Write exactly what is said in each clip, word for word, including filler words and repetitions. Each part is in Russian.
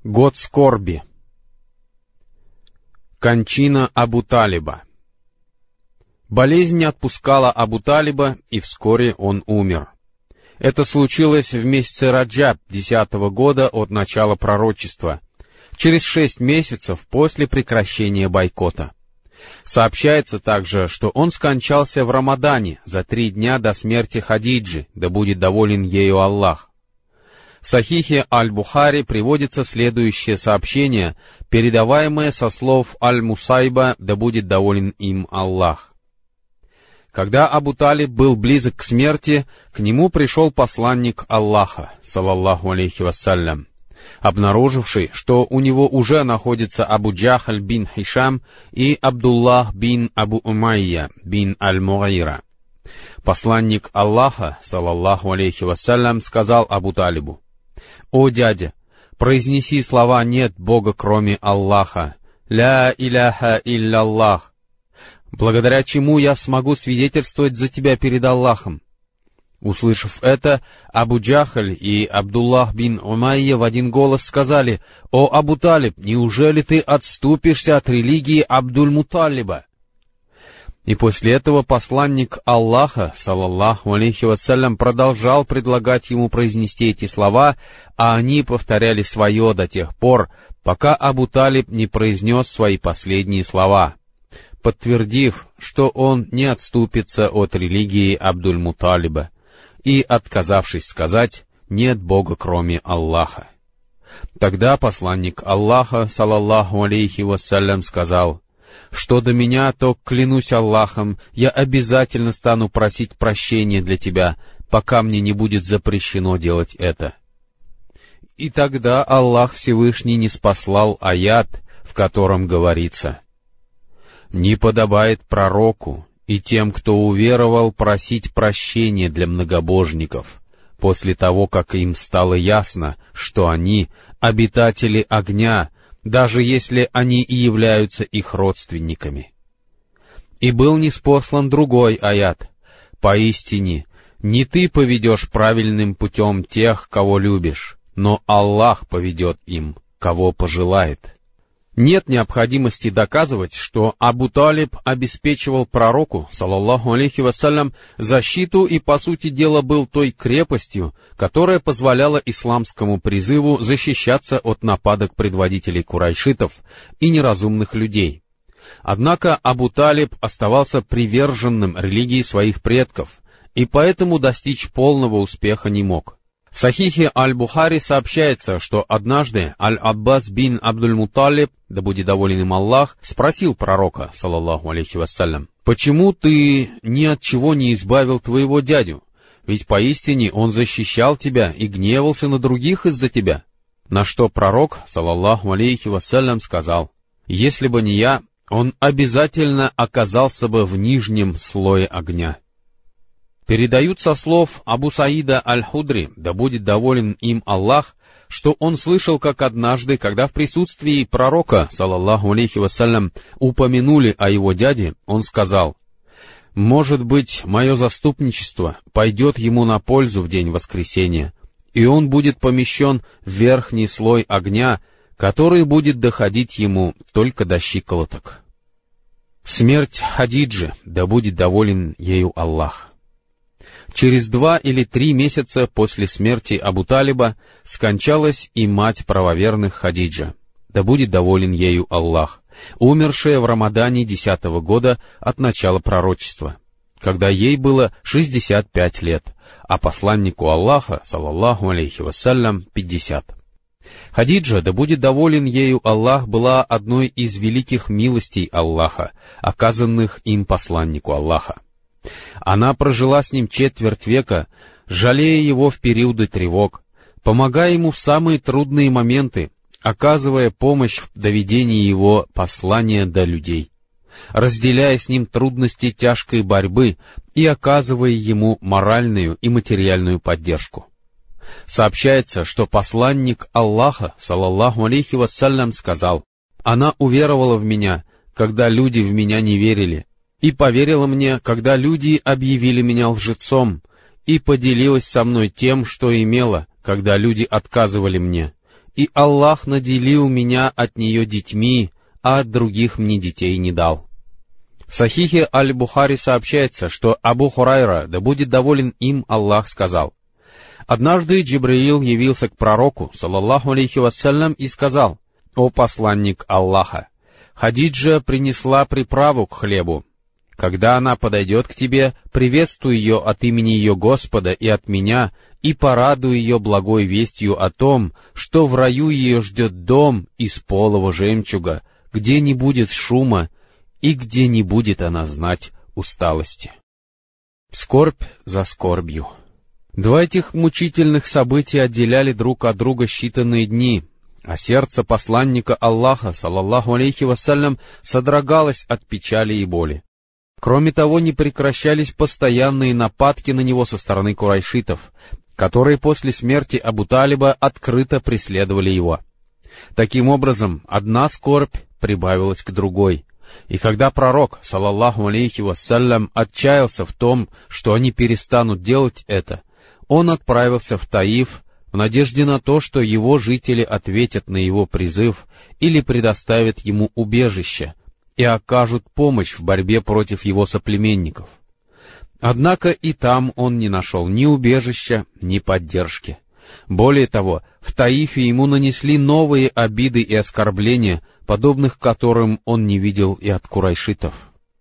Год скорби. Кончина Абу Талиба. Болезнь не отпускала Абу Талиба, и вскоре он умер. Это случилось в месяце Раджаб десятого года от начала пророчества, через шесть месяцев после прекращения бойкота. Сообщается также, что он скончался в Рамадане за три дня до смерти Хадиджи, да будет доволен ею Аллах. В Сахихе Аль-Бухари приводится следующее сообщение, передаваемое со слов Аль-Мусайба, да будет доволен им Аллах. Когда Абу Талиб был близок к смерти, к нему пришел посланник Аллаха, салаллаху алейхи вассалям, обнаруживший, что у него уже находится Абу Джахаль бин Хишам и Абдуллах бин Абу Умайя бин Аль-Мугайра. Посланник Аллаха, салаллаху алейхи вассалям, сказал Абу Талибу: «О дядя, произнеси слова «нет Бога, кроме Аллаха», «Ля иляха илляллах», благодаря чему я смогу свидетельствовать за тебя перед Аллахом». Услышав это, Абу Джахаль и Абдуллах бин Умайя в один голос сказали: «О Абу Талиб, неужели ты отступишься от религии Абдуль-Муталиба?» И после этого посланник Аллаха, салаллаху алейхи вассалям, продолжал предлагать ему произнести эти слова, а они повторяли свое до тех пор, пока Абу Талиб не произнес свои последние слова, подтвердив, что он не отступится от религии Абдуль-Муталиба, и отказавшись сказать «нет Бога, кроме Аллаха». Тогда посланник Аллаха, салаллаху алейхи вассалям, сказал: «Что до меня, то, клянусь Аллахом, я обязательно стану просить прощения для тебя, пока мне не будет запрещено делать это». И тогда Аллах Всевышний ниспослал аят, в котором говорится: «Не подобает пророку и тем, кто уверовал, просить прощения для многобожников, после того, как им стало ясно, что они обитатели огня, даже если они и являются их родственниками». И был ниспослан другой аят: «Поистине, не ты поведешь правильным путем тех, кого любишь, но Аллах поведет им, кого пожелает». Нет необходимости доказывать, что Абу Талиб обеспечивал пророку, салаллаху алейхи вассалям, защиту и, по сути дела, был той крепостью, которая позволяла исламскому призыву защищаться от нападок предводителей курайшитов и неразумных людей. Однако Абу Талиб оставался приверженным религии своих предков, и поэтому достичь полного успеха не мог. В Сахихе Аль-Бухари сообщается, что однажды Аль-Аббас бин Абдуль-Муталиб, да будет доволен им Аллах, спросил пророка, салаллаху алейхи вассалям: «Почему ты ни от чего не избавил твоего дядю? Ведь поистине он защищал тебя и гневался на других из-за тебя». На что пророк, салаллаху алейхи вассалям, сказал: «Если бы не я, он обязательно оказался бы в нижнем слое огня». Передают со слов Абу Саида Аль-Худри, да будет доволен им Аллах, что он слышал, как однажды, когда в присутствии пророка, салаллаху алейхи вассалям, упомянули о его дяде, он сказал: «Может быть, мое заступничество пойдет ему на пользу в день воскресения, и он будет помещен в верхний слой огня, который будет доходить ему только до щиколоток». Смерть Хадиджи, да будет доволен ею Аллах. Через два или три месяца после смерти Абу Талиба скончалась и мать правоверных Хадиджа, да будет доволен ею Аллах, умершая в Рамадане десятого года от начала пророчества, когда ей было шестьдесят пять лет, а посланнику Аллаха, салаллаху алейхи вассалям, пятьдесят. Хадиджа, да будет доволен ею Аллах, была одной из великих милостей Аллаха, оказанных им посланнику Аллаха. Она прожила с ним четверть века, жалея его в периоды тревог, помогая ему в самые трудные моменты, оказывая помощь в доведении его послания до людей, разделяя с ним трудности тяжкой борьбы и оказывая ему моральную и материальную поддержку. Сообщается, что посланник Аллаха, салаллаху алейхи вассалям, сказал: «Она уверовала в меня, когда люди в меня не верили, и поверила мне, когда люди объявили меня лжецом, и поделилась со мной тем, что имела, когда люди отказывали мне, и Аллах наделил меня от нее детьми, а от других мне детей не дал». В Сахихе Аль-Бухари сообщается, что Абу Хурайра, да будет доволен им Аллах, сказал: «Однажды Джибраил явился к пророку, саллаллаху алейхи вассалям, и сказал: „О посланник Аллаха, Хадиджа принесла приправу к хлебу. Когда она подойдет к тебе, приветствуй ее от имени ее Господа и от меня, и порадуй ее благой вестью о том, что в раю ее ждет дом из полого жемчуга, где не будет шума, и где не будет она знать усталости». Скорбь за скорбью. Два этих мучительных события отделяли друг от друга считанные дни, а сердце посланника Аллаха, саллаллаху алейхи вассалям, содрогалось от печали и боли. Кроме того, не прекращались постоянные нападки на него со стороны курайшитов, которые после смерти Абу Талиба открыто преследовали его. Таким образом, одна скорбь прибавилась к другой, и когда пророк, саллаллаху алейхи вассалям, отчаялся в том, что они перестанут делать это, он отправился в Таиф в надежде на то, что его жители ответят на его призыв или предоставят ему убежище и окажут помощь в борьбе против его соплеменников. Однако и там он не нашел ни убежища, ни поддержки. Более того, в Таифе ему нанесли новые обиды и оскорбления, подобных которым он не видел и от курайшитов.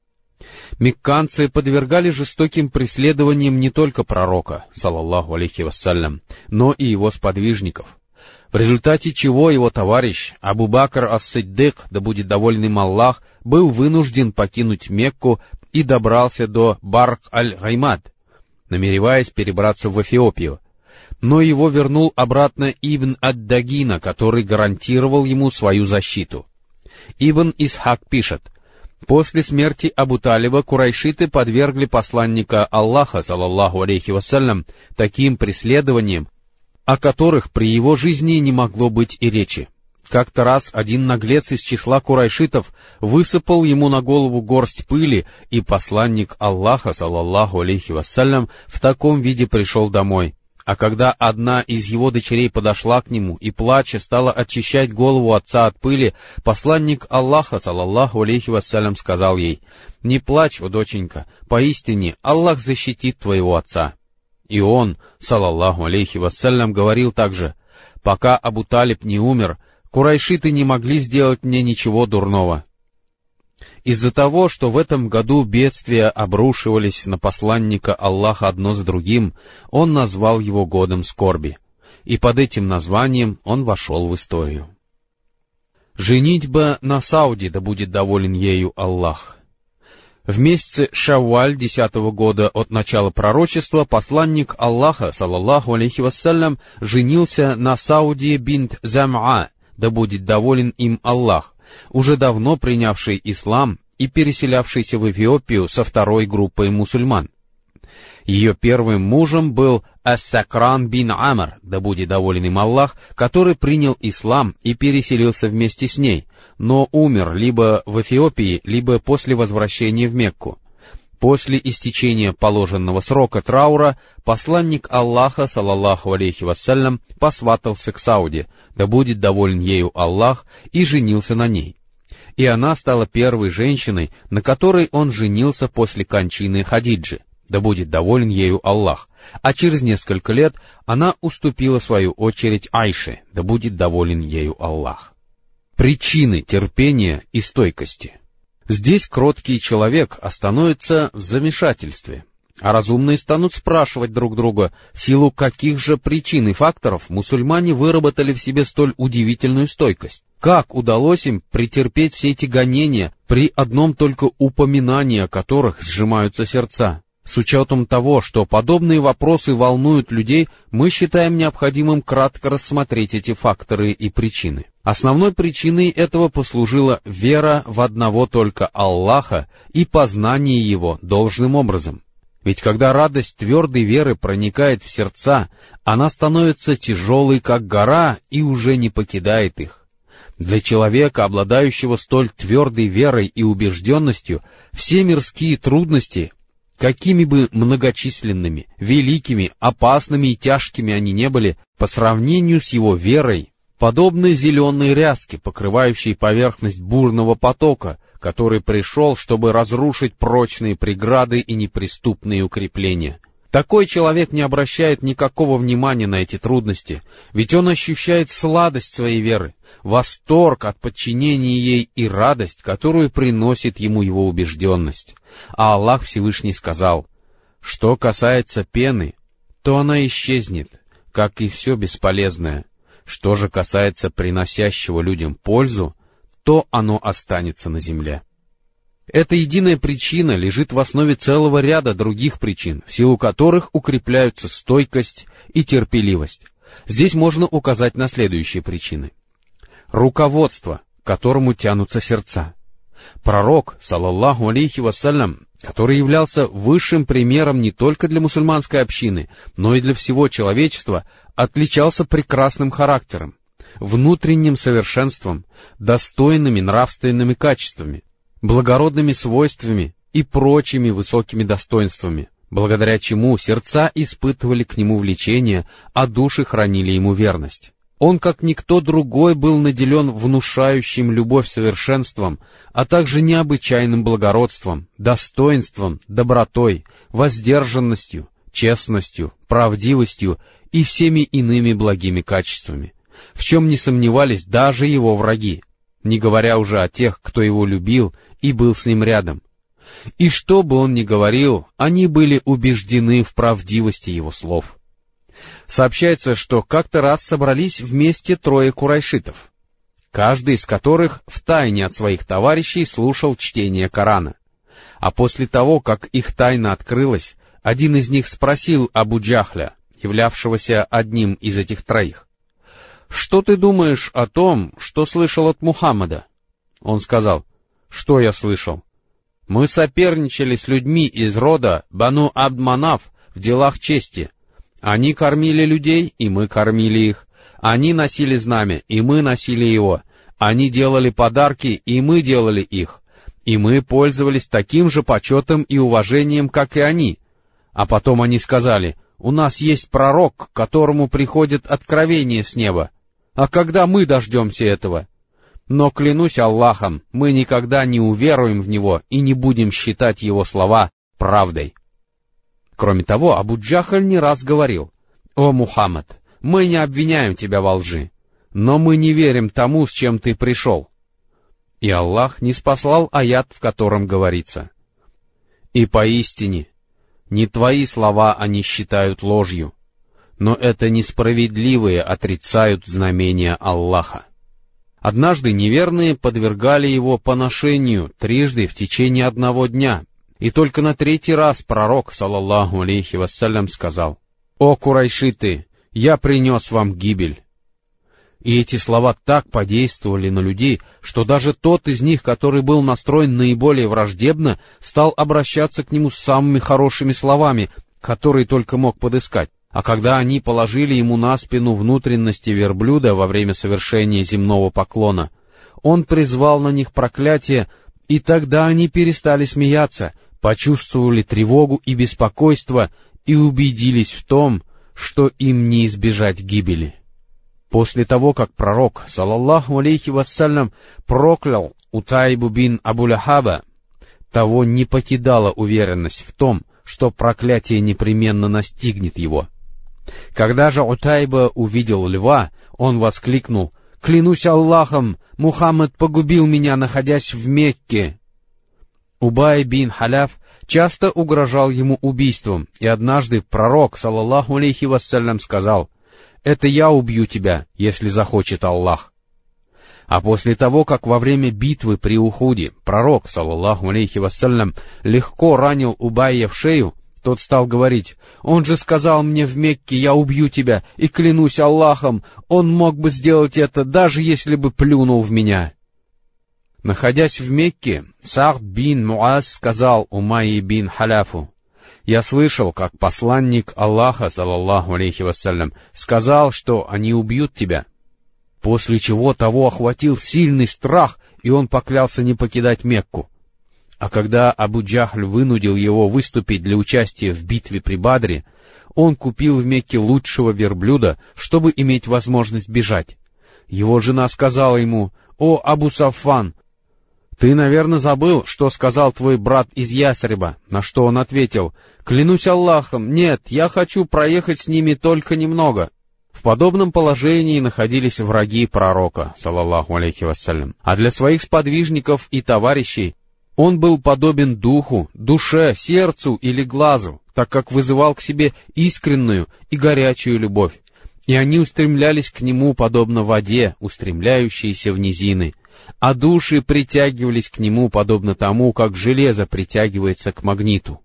Мекканцы подвергали жестоким преследованиям не только пророка, саллаллаху алейхи вассалям, но и его сподвижников, в результате чего его товарищ Абу Бакр ас-Сиддик, да будет доволен им Аллах, был вынужден покинуть Мекку и добрался до Барк-аль-Гаймад, намереваясь перебраться в Эфиопию. Но его вернул обратно Ибн ад-Дагина, который гарантировал ему свою защиту. Ибн Исхак пишет: «После смерти Абу Талиба курайшиты подвергли посланника Аллаха, саллаллаху алейхи вассалям, таким преследованиям, о которых при его жизни не могло быть и речи. Как-то раз один наглец из числа курайшитов высыпал ему на голову горсть пыли, и посланник Аллаха, саллаллаху алейхи вассалям, в таком виде пришел домой. А когда одна из его дочерей подошла к нему и, плача, стала очищать голову отца от пыли, посланник Аллаха, саллаллаху алейхи вассалям, сказал ей: «Не плачь, о доченька, поистине Аллах защитит твоего отца». И он, саллаллаху алейхи вассалям, говорил также: «Пока Абу Талиб не умер, курайшиты не могли сделать мне ничего дурного». Из-за того, что в этом году бедствия обрушивались на посланника Аллаха одно за другим, он назвал его годом скорби, и под этим названием он вошел в историю. Женитьба на Сауде, да будет доволен ею Аллах. В месяце Шавваль десятого года от начала пророчества посланник Аллаха, саллаллаху алейхи вассалям, женился на Сауде бинт Зам'a, да будет доволен им Аллах, уже давно принявший ислам и переселявшийся в Эфиопию со второй группой мусульман. Ее первым мужем был Ас-Сакран бин Амр, да будет доволен им Аллах, который принял ислам и переселился вместе с ней, но умер либо в Эфиопии, либо после возвращения в Мекку. После истечения положенного срока траура посланник Аллаха, саллаллаху алейхи вассалям, посватался к Сауде, да будет доволен ею Аллах, и женился на ней. И она стала первой женщиной, на которой он женился после кончины Хадиджи, да будет доволен ею Аллах, а через несколько лет она уступила свою очередь Айше, да будет доволен ею Аллах. Причины терпения и стойкости. Здесь кроткий человек остановится в замешательстве, а разумные станут спрашивать друг друга, в силу каких же причин и факторов мусульмане выработали в себе столь удивительную стойкость. Как удалось им претерпеть все эти гонения, при одном только упоминании о которых сжимаются сердца? С учетом того, что подобные вопросы волнуют людей, мы считаем необходимым кратко рассмотреть эти факторы и причины. Основной причиной этого послужила вера в одного только Аллаха и познание Его должным образом. Ведь когда радость твердой веры проникает в сердца, она становится тяжелой, как гора, и уже не покидает их. Для человека, обладающего столь твердой верой и убежденностью, все мирские трудности, какими бы многочисленными, великими, опасными и тяжкими они не были, по сравнению с его верой, подобны зеленой ряске, покрывающей поверхность бурного потока, который пришел, чтобы разрушить прочные преграды и неприступные укрепления. Такой человек не обращает никакого внимания на эти трудности, ведь он ощущает сладость своей веры, восторг от подчинения ей и радость, которую приносит ему его убежденность. А Аллах Всевышний сказал: «Что касается пены, то она исчезнет, как и все бесполезное. Что же касается приносящего людям пользу, то оно останется на земле». Эта единая причина лежит в основе целого ряда других причин, в силу которых укрепляются стойкость и терпеливость. Здесь можно указать на следующие причины. Руководство, к которому тянутся сердца. Пророк, саллаллаху алейхи вассалям, который являлся высшим примером не только для мусульманской общины, но и для всего человечества, отличался прекрасным характером, внутренним совершенством, достойными нравственными качествами, благородными свойствами и прочими высокими достоинствами, благодаря чему сердца испытывали к нему влечение, а души хранили ему верность. Он, как никто другой, был наделен внушающим любовь совершенством, а также необычайным благородством, достоинством, добротой, воздержанностью, честностью, правдивостью и всеми иными благими качествами, в чем не сомневались даже его враги, не говоря уже о тех, кто его любил и был с ним рядом. И что бы он ни говорил, они были убеждены в правдивости его слов. Сообщается, что как-то раз собрались вместе трое курайшитов, каждый из которых втайне от своих товарищей слушал чтение Корана. А после того, как их тайна открылась, один из них спросил Абу Джахля, являвшегося одним из этих троих: «Что ты думаешь о том, что слышал от Мухаммада?» Он сказал: «Что я слышал? Мы соперничали с людьми из рода Бану Абд-Манаф в делах чести. Они кормили людей, и мы кормили их. Они носили знамя, и мы носили его. Они делали подарки, и мы делали их. И мы пользовались таким же почетом и уважением, как и они. А потом они сказали: у нас есть пророк, к которому приходит откровение с неба. А когда мы дождемся этого? Но, клянусь Аллахом, мы никогда не уверуем в него и не будем считать его слова правдой». Кроме того, Абу Джахль не раз говорил: «О Мухаммад, мы не обвиняем тебя во лжи, но мы не верим тому, с чем ты пришел». И Аллах ниспослал аят, в котором говорится: «И поистине, не твои слова они считают ложью, но это несправедливые отрицают знамения Аллаха». Однажды неверные подвергали его поношению трижды в течение одного дня, и только на третий раз пророк, саллаллаху алейхи вассалям, сказал: «О курайшиты, я принес вам гибель». И эти слова так подействовали на людей, что даже тот из них, который был настроен наиболее враждебно, стал обращаться к нему с самыми хорошими словами, которые только мог подыскать. А когда они положили ему на спину внутренности верблюда во время совершения земного поклона, он призвал на них проклятие, и тогда они перестали смеяться, почувствовали тревогу и беспокойство и убедились в том, что им не избежать гибели. После того, как пророк, саллаллаху алейхи вассалям, проклял Утайбу бин Абу-Лахаба, того не покидала уверенность в том, что проклятие непременно настигнет его. Когда же Утайба увидел льва, он воскликнул: «Клянусь Аллахом, Мухаммад погубил меня, находясь в Мекке». Убай бин Халяф часто угрожал ему убийством, и однажды пророк, саллаллаху алейхи вассалям, сказал: «Это я убью тебя, если захочет Аллах». А после того, как во время битвы при Ухуде пророк, саллаллаху алейхи вассалям, легко ранил Убайя в шею, тот стал говорить: «Он же сказал мне в Мекке: я убью тебя, и клянусь Аллахом, он мог бы сделать это, даже если бы плюнул в меня». Находясь в Мекке, Саад бин Муаз сказал Умайи бин Халяфу: «Я слышал, как посланник Аллаха, саллаллаху алейхи вассалям, сказал, что они убьют тебя». После чего того охватил сильный страх, и он поклялся не покидать Мекку. А когда Абу Джахль вынудил его выступить для участия в битве при Бадре, он купил в Мекке лучшего верблюда, чтобы иметь возможность бежать. Его жена сказала ему: «О, Абу Сафван, ты, наверное, забыл, что сказал твой брат из Ясриба», на что он ответил: «Клянусь Аллахом, нет, я хочу проехать с ними только немного». В подобном положении находились враги пророка, саллаллаху алейхи вассалям, а для своих сподвижников и товарищей он был подобен духу, душе, сердцу или глазу, так как вызывал к себе искреннюю и горячую любовь, и они устремлялись к нему подобно воде, устремляющейся в низины, а души притягивались к нему подобно тому, как железо притягивается к магниту.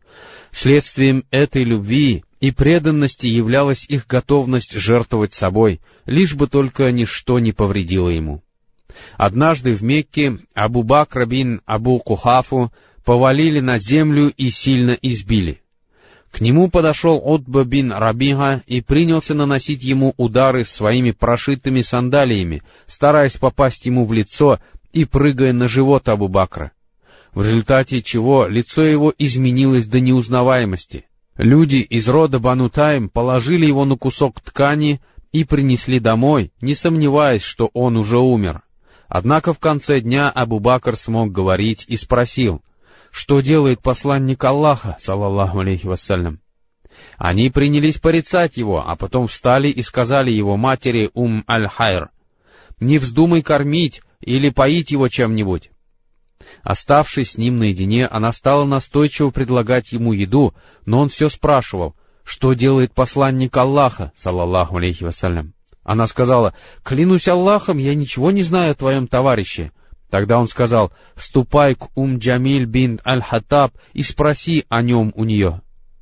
Следствием этой любви и преданности являлась их готовность жертвовать собой, лишь бы только ничто не повредило ему. Однажды в Мекке Абу Бакра бин Абу Кухафу повалили на землю и сильно избили. К нему подошел Утба бин Рабига и принялся наносить ему удары своими прошитыми сандалиями, стараясь попасть ему в лицо и прыгая на живот Абу Бакра, в результате чего лицо его изменилось до неузнаваемости. Люди из рода Бану Таим положили его на кусок ткани и принесли домой, не сомневаясь, что он уже умер. Однако в конце дня Абу Бакр смог говорить и спросил: «Что делает посланник Аллаха, саллаллаху алейхи вассалям?» Они принялись порицать его, а потом встали и сказали его матери Ум аль-Хайр: «Не вздумай кормить или поить его чем-нибудь». Оставшись с ним наедине, она стала настойчиво предлагать ему еду, но он все спрашивал: «Что делает посланник Аллаха, саллаллаху алейхи вассалям?» Она сказала: «Клянусь Аллахом, я ничего не знаю о твоем товарище». Тогда он сказал: «Ступай к Ум Джамиль бин Аль-Хаттаб и спроси о нем у нее».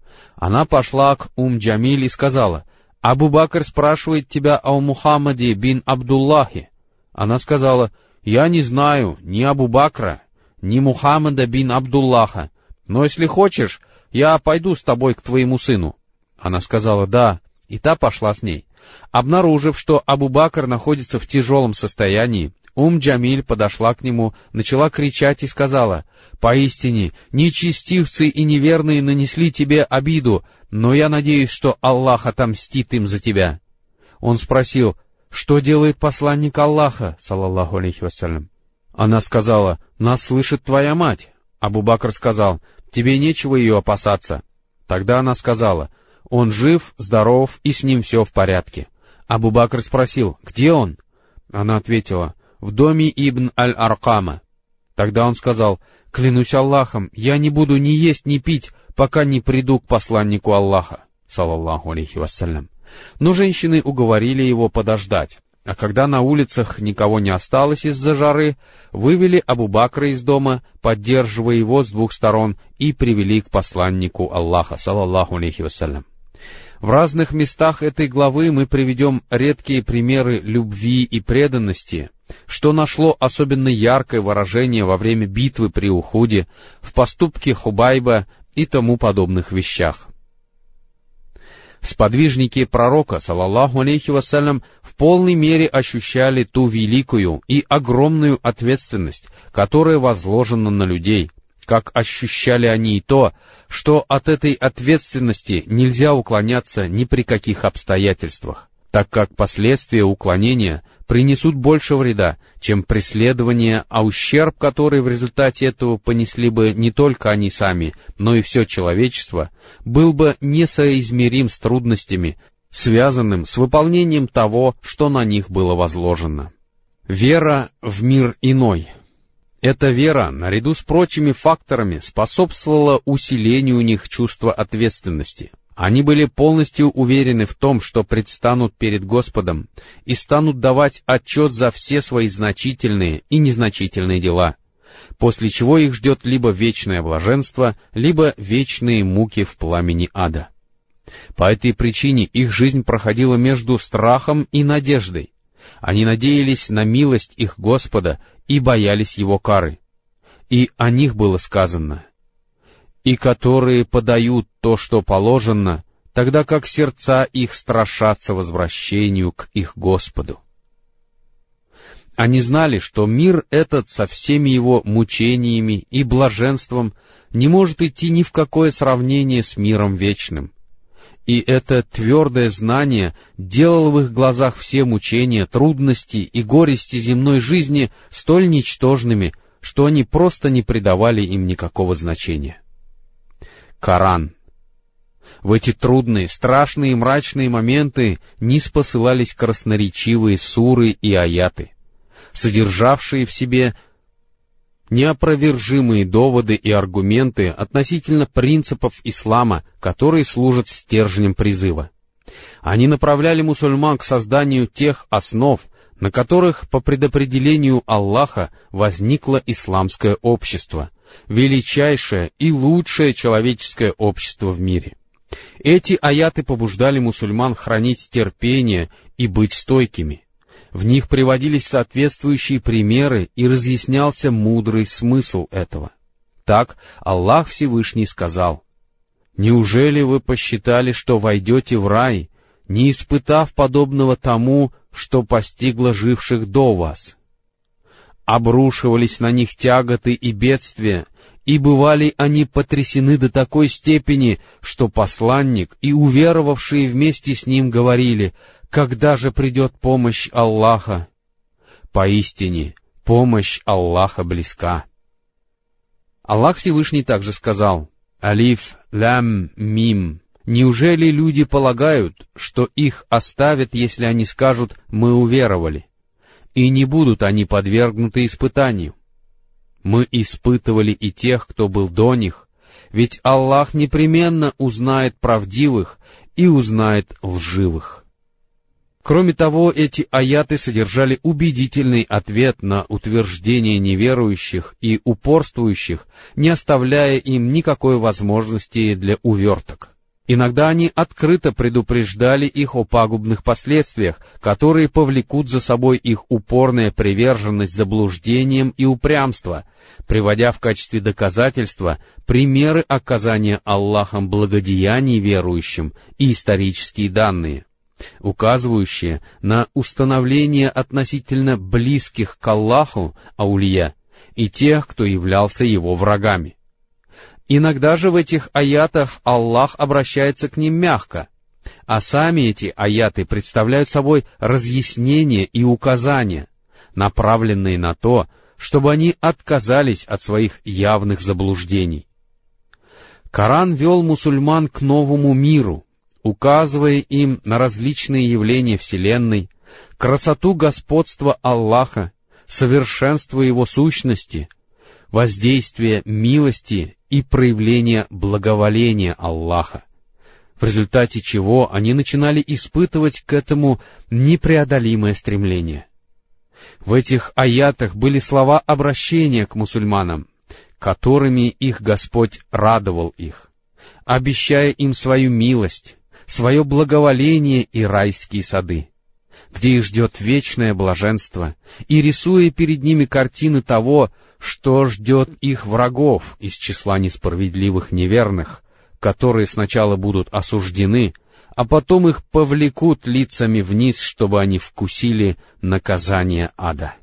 Она пошла к Ум Джамиль и сказала: «Абу Бакр спрашивает тебя о Мухаммаде бин Абдуллахе». Она сказала: «Я не знаю ни Абу Бакра, ни Мухаммада бин Абдуллаха, но если хочешь, я пойду с тобой к твоему сыну». Она сказала: «Да», и та пошла с ней. Обнаружив, что Абу Бакр находится в тяжелом состоянии, Ум Джамиль подошла к нему, начала кричать и сказала: «Поистине, нечестивцы и неверные нанесли тебе обиду, но я надеюсь, что Аллах отомстит им за тебя». Он спросил: «Что делает посланник Аллаха, саллаллаху алейхи вассалям?» Она сказала: «Нас слышит твоя мать». Абу Бакр сказал: «Тебе нечего ее опасаться». Тогда она сказала: «Он жив, здоров, и с ним все в порядке». Абу Бакр спросил: «Где он?» Она ответила: «В доме Ибн Аль-Аркама». Тогда он сказал: «Клянусь Аллахом, я не буду ни есть, ни пить, пока не приду к посланнику Аллаха, саллаллаху алейхи вассалям». Но женщины уговорили его подождать, а когда на улицах никого не осталось из-за жары, вывели Абу Бакра из дома, поддерживая его с двух сторон, и привели к посланнику Аллаха, саллаллаху алейхи вассалям. В разных местах этой главы мы приведем редкие примеры любви и преданности, что нашло особенно яркое выражение во время битвы при Ухуде, в поступке Хубайба и тому подобных вещах. Сподвижники пророка, саллаллаху алейхи вассалям, в полной мере ощущали ту великую и огромную ответственность, которая возложена на людей, как ощущали они и то, что от этой ответственности нельзя уклоняться ни при каких обстоятельствах, так как последствия уклонения принесут больше вреда, чем преследование, а ущерб, который в результате этого понесли бы не только они сами, но и все человечество, был бы несоизмерим с трудностями, связанным с выполнением того, что на них было возложено. Вера в мир иной. Эта вера, наряду с прочими факторами, способствовала усилению у них чувства ответственности. Они были полностью уверены в том, что предстанут перед Господом и станут давать отчет за все свои значительные и незначительные дела, после чего их ждет либо вечное блаженство, либо вечные муки в пламени ада. По этой причине их жизнь проходила между страхом и надеждой. Они надеялись на милость их Господа и боялись Его кары. И о них было сказано: «И которые подают то, что положено, тогда как сердца их страшатся возвращению к их Господу». Они знали, что мир этот со всеми его мучениями и блаженством не может идти ни в какое сравнение с миром вечным. И это твердое знание делало в их глазах все мучения, трудности и горести земной жизни столь ничтожными, что они просто не придавали им никакого значения. Коран. В эти трудные, страшные и мрачные моменты ниспосылались красноречивые суры и аяты, содержавшие в себе неопровержимые доводы и аргументы относительно принципов ислама, которые служат стержнем призыва. Они направляли мусульман к созданию тех основ, на которых по предопределению Аллаха возникло исламское общество, величайшее и лучшее человеческое общество в мире. Эти аяты побуждали мусульман хранить терпение и быть стойкими. В них приводились соответствующие примеры и разъяснялся мудрый смысл этого. Так Аллах Всевышний сказал: «Неужели вы посчитали, что войдете в рай, не испытав подобного тому, что постигло живших до вас? Обрушивались на них тяготы и бедствия, и бывали они потрясены до такой степени, что посланник и уверовавшие вместе с ним говорили: когда же придет помощь Аллаха? Поистине, помощь Аллаха близка». Аллах Всевышний также сказал: «Алиф, лям, мим. Неужели люди полагают, что их оставят, если они скажут: мы уверовали? И не будут они подвергнуты испытанию. Мы испытывали и тех, кто был до них, ведь Аллах непременно узнает правдивых и узнает лживых». Кроме того, эти аяты содержали убедительный ответ на утверждения неверующих и упорствующих, не оставляя им никакой возможности для уверток. Иногда они открыто предупреждали их о пагубных последствиях, которые повлекут за собой их упорная приверженность заблуждениям и упрямство, приводя в качестве доказательства примеры оказания Аллахом благодеяний верующим и исторические данные, указывающие на установление относительно близких к Аллаху аулия и тех, кто являлся его врагами. Иногда же в этих аятах Аллах обращается к ним мягко, а сами эти аяты представляют собой разъяснения и указания, направленные на то, чтобы они отказались от своих явных заблуждений. Коран вел мусульман к новому миру, указывая им на различные явления Вселенной, красоту господства Аллаха, совершенство Его сущности, воздействие милости и проявление благоволения Аллаха, в результате чего они начинали испытывать к этому непреодолимое стремление. В этих аятах были слова обращения к мусульманам, которыми их Господь радовал их, обещая им свою милость, свое благоволение и райские сады, где их ждет вечное блаженство, и рисуя перед ними картины того, что ждет их врагов из числа несправедливых неверных, которые сначала будут осуждены, а потом их повлекут лицами вниз, чтобы они вкусили наказание ада.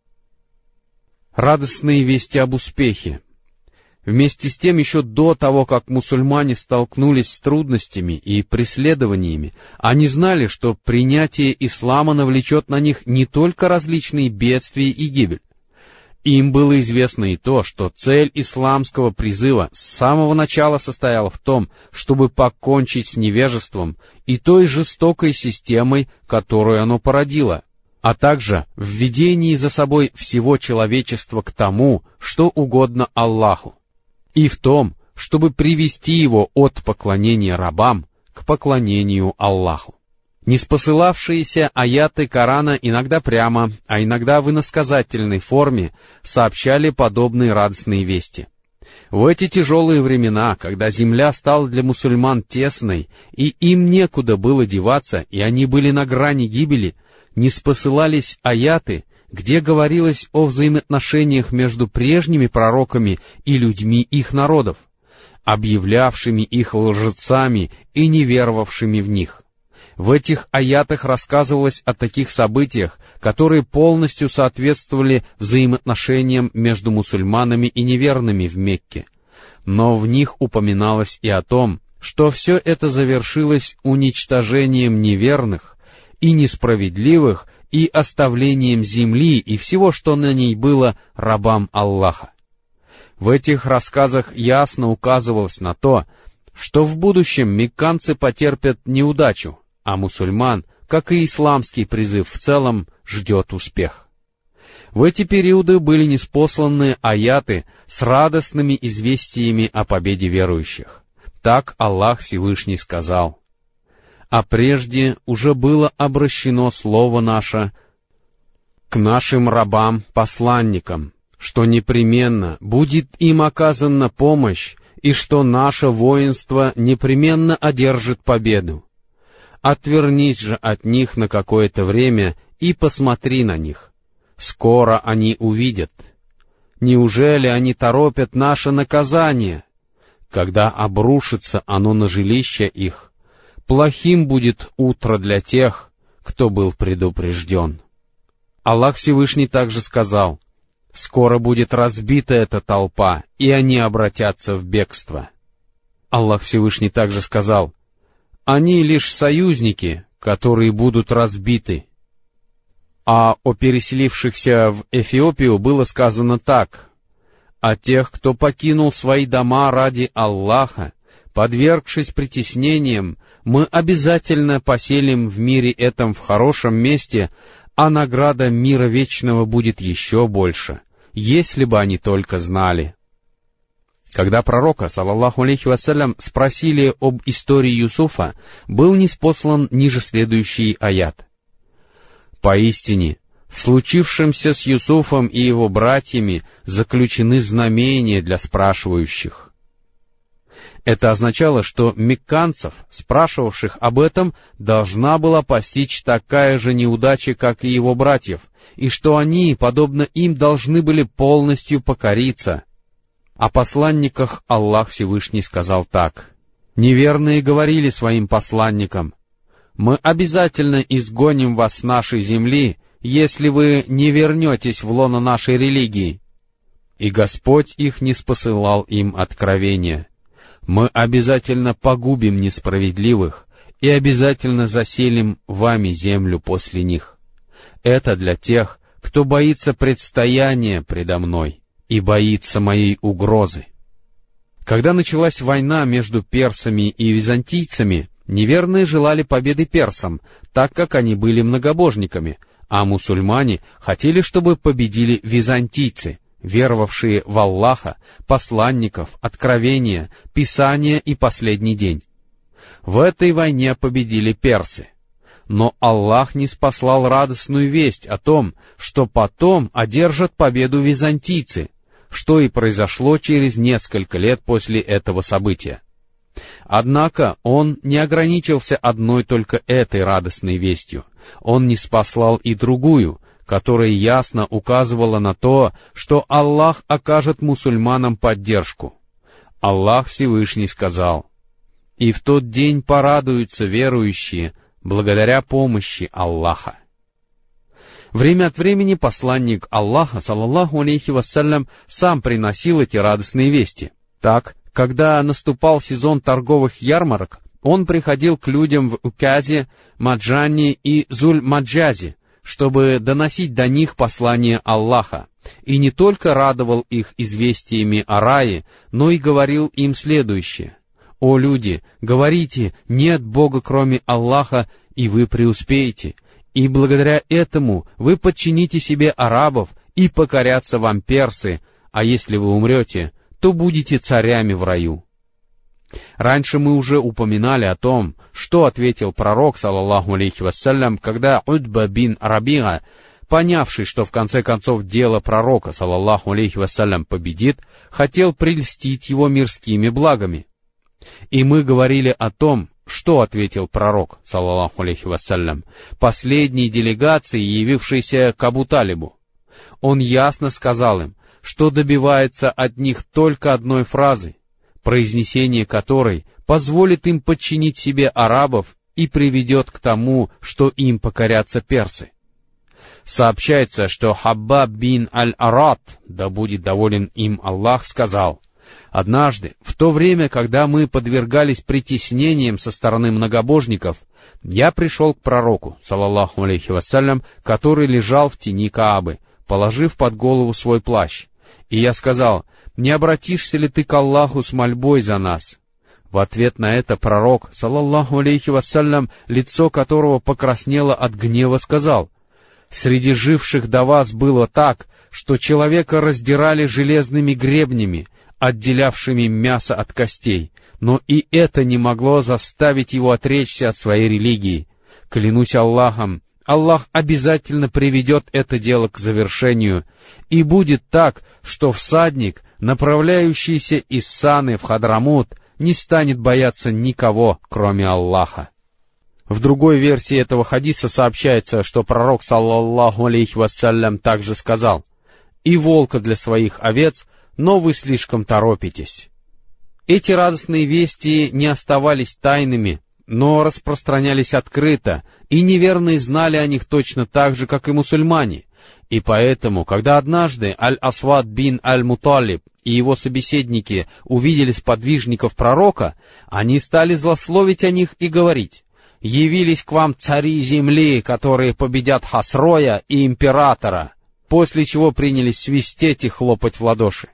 Радостные вести об успехе. Вместе с тем, еще до того, как мусульмане столкнулись с трудностями и преследованиями, они знали, что принятие ислама навлечет на них не только различные бедствия и гибель. Им было известно и то, что цель исламского призыва с самого начала состояла в том, чтобы покончить с невежеством и той жестокой системой, которую оно породило, а также в ведении за собой всего человечества к тому, что угодно Аллаху, и в том, чтобы привести его от поклонения рабам к поклонению Аллаху. Ниспосылавшиеся аяты Корана иногда прямо, а иногда в иносказательной форме сообщали подобные радостные вести. В эти тяжелые времена, когда земля стала для мусульман тесной, и им некуда было деваться, и они были на грани гибели, ниспосылались аяты, где говорилось о взаимоотношениях между прежними пророками и людьми их народов, объявлявшими их лжецами и неверовавшими в них. В этих аятах рассказывалось о таких событиях, которые полностью соответствовали взаимоотношениям между мусульманами и неверными в Мекке, но в них упоминалось и о том, что все это завершилось уничтожением неверных и несправедливых и оставлением земли и всего, что на ней было, рабам Аллаха. В этих рассказах ясно указывалось на то, что в будущем мекканцы потерпят неудачу, а мусульман, как и исламский призыв в целом, ждет успех. В эти периоды были ниспосланы аяты с радостными известиями о победе верующих. Так Аллах Всевышний сказал: «А прежде уже было обращено слово наше к нашим рабам-посланникам, что непременно будет им оказана помощь, и что наше воинство непременно одержит победу. Отвернись же от них на какое-то время и посмотри на них. Скоро они увидят. Неужели они торопят наше наказание? Когда обрушится оно на жилища их, плохим будет утро для тех, кто был предупрежден». Аллах Всевышний также сказал: «Скоро будет разбита эта толпа, и они обратятся в бегство». Аллах Всевышний также сказал: «Они лишь союзники, которые будут разбиты». А о переселившихся в Эфиопию было сказано так: «А тех, кто покинул свои дома ради Аллаха, подвергшись притеснениям, мы обязательно поселим в мире этом в хорошем месте, а награда мира вечного будет еще больше, если бы они только знали». Когда пророка, саллаллаху алейхи вассалям, спросили об истории Юсуфа, был ниспослан ниже следующий аят: «Поистине, в случившемся с Юсуфом и его братьями заключены знамения для спрашивающих». Это означало, что мекканцев, спрашивавших об этом, должна была постичь такая же неудача, как и его братьев, и что они, подобно им, должны были полностью покориться. О посланниках Аллах Всевышний сказал так: «Неверные говорили своим посланникам: мы обязательно изгоним вас с нашей земли, если вы не вернетесь в лоно нашей религии». И Господь их ниспосылал им откровения: «Мы обязательно погубим несправедливых и обязательно заселим вами землю после них. Это для тех, кто боится предстояния предо мной и боится моей угрозы». Когда началась война между персами и византийцами, неверные желали победы персам, так как они были многобожниками, а мусульмане хотели, чтобы победили византийцы, веровавшие в Аллаха, посланников, откровения, Писания и последний день. В этой войне победили персы. Но Аллах ниспослал радостную весть о том, что потом одержат победу византийцы, что и произошло через несколько лет после этого события. Однако Он не ограничился одной только этой радостной вестью. Он ниспослал и другую, которая ясно указывала на то, что Аллах окажет мусульманам поддержку. Аллах Всевышний сказал: «И в тот день порадуются верующие благодаря помощи Аллаха». Время от времени посланник Аллаха, саллаллаху алейхи вассалям, сам приносил эти радостные вести. Так, когда наступал сезон торговых ярмарок, он приходил к людям в Указе, Маджане и Зуль-Маджазе, чтобы доносить до них послание Аллаха, и не только радовал их известиями о рае, но и говорил им следующее: «О люди, говорите, нет Бога кроме Аллаха, и вы преуспеете, и благодаря этому вы подчините себе арабов, и покорятся вам персы, а если вы умрете, то будете царями в раю». Раньше мы уже упоминали о том, что ответил пророк, саллаллаху алейхи вассалям, когда Утба бин Рабиа, понявший, что в конце концов дело пророка, саллаллаху алейхи вассалям, победит, хотел прельстить его мирскими благами. И мы говорили о том, что ответил пророк, саллаллаху алейхи вассалям, последней делегации, явившейся к Абу Талибу. Он ясно сказал им, что добивается от них только одной фразы, произнесение которой позволит им подчинить себе арабов и приведет к тому, что им покорятся персы. Сообщается, что Хаббаб бин Аль-Арат, да будет доволен им Аллах, сказал: Однажды, в то время, когда мы подвергались притеснениям со стороны многобожников, я пришел к пророку, саллаллаху алейхи вассалям, который лежал в тени Каабы, положив под голову свой плащ. И я сказал: «Не обратишься ли ты к Аллаху с мольбой за нас?» В ответ на это пророк, саллаллаху алейхи вассалям, лицо которого покраснело от гнева, сказал: «Среди живших до вас было так, что человека раздирали железными гребнями, отделявшими мясо от костей, но и это не могло заставить его отречься от своей религии. Клянусь Аллахом, Аллах обязательно приведет это дело к завершению, и будет так, что всадник, направляющийся из Саны в Хадрамут, не станет бояться никого, кроме Аллаха». В другой версии этого хадиса сообщается, что пророк, саллаллаху алейхи вассалям, также сказал: «И волка для своих овец, но вы слишком торопитесь». Эти радостные вести не оставались тайными, но распространялись открыто, и неверные знали о них точно так же, как и мусульмане. И поэтому, когда однажды Аль-Асвад бин Аль-Муталиб и его собеседники увидели сподвижников пророка, они стали злословить о них и говорить: «Явились к вам цари земли, которые победят Хасроя и императора», после чего принялись свистеть и хлопать в ладоши.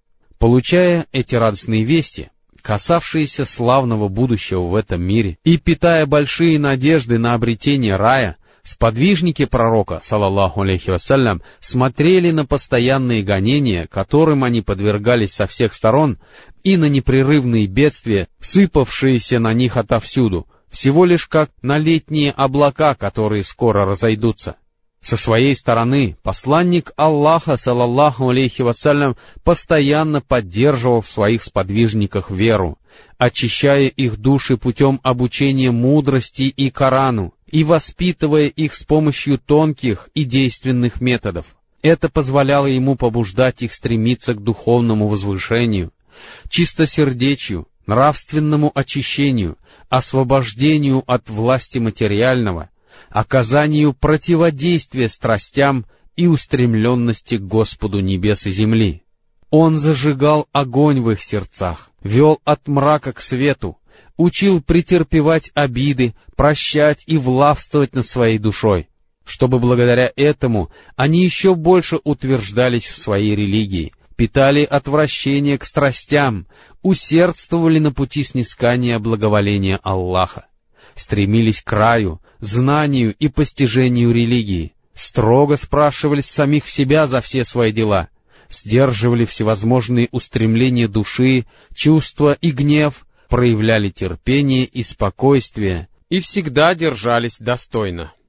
Получая эти радостные вести, касавшиеся славного будущего в этом мире, и питая большие надежды на обретение рая, сподвижники пророка, саллаллаху алейхи вассалям, смотрели на постоянные гонения, которым они подвергались со всех сторон, и на непрерывные бедствия, сыпавшиеся на них отовсюду, всего лишь как на летние облака, которые скоро разойдутся. Со своей стороны, посланник Аллаха, саллаллаху алейхи вассалям, постоянно поддерживал в своих сподвижниках веру, очищая их души путем обучения мудрости и Корану, и воспитывая их с помощью тонких и действенных методов. Это позволяло ему побуждать их стремиться к духовному возвышению, чистосердечию, нравственному очищению, освобождению от власти материального, оказанию противодействия страстям и устремленности к Господу небес и земли. Он зажигал огонь в их сердцах, вел от мрака к свету, учил претерпевать обиды, прощать и властвовать над своей душой, чтобы благодаря этому они еще больше утверждались в своей религии, питали отвращение к страстям, усердствовали на пути снискания благоволения Аллаха, стремились к раю, знанию и постижению религии, строго спрашивали самих себя за все свои дела, сдерживали всевозможные устремления души, чувства и гнев, проявляли терпение и спокойствие и всегда держались достойно.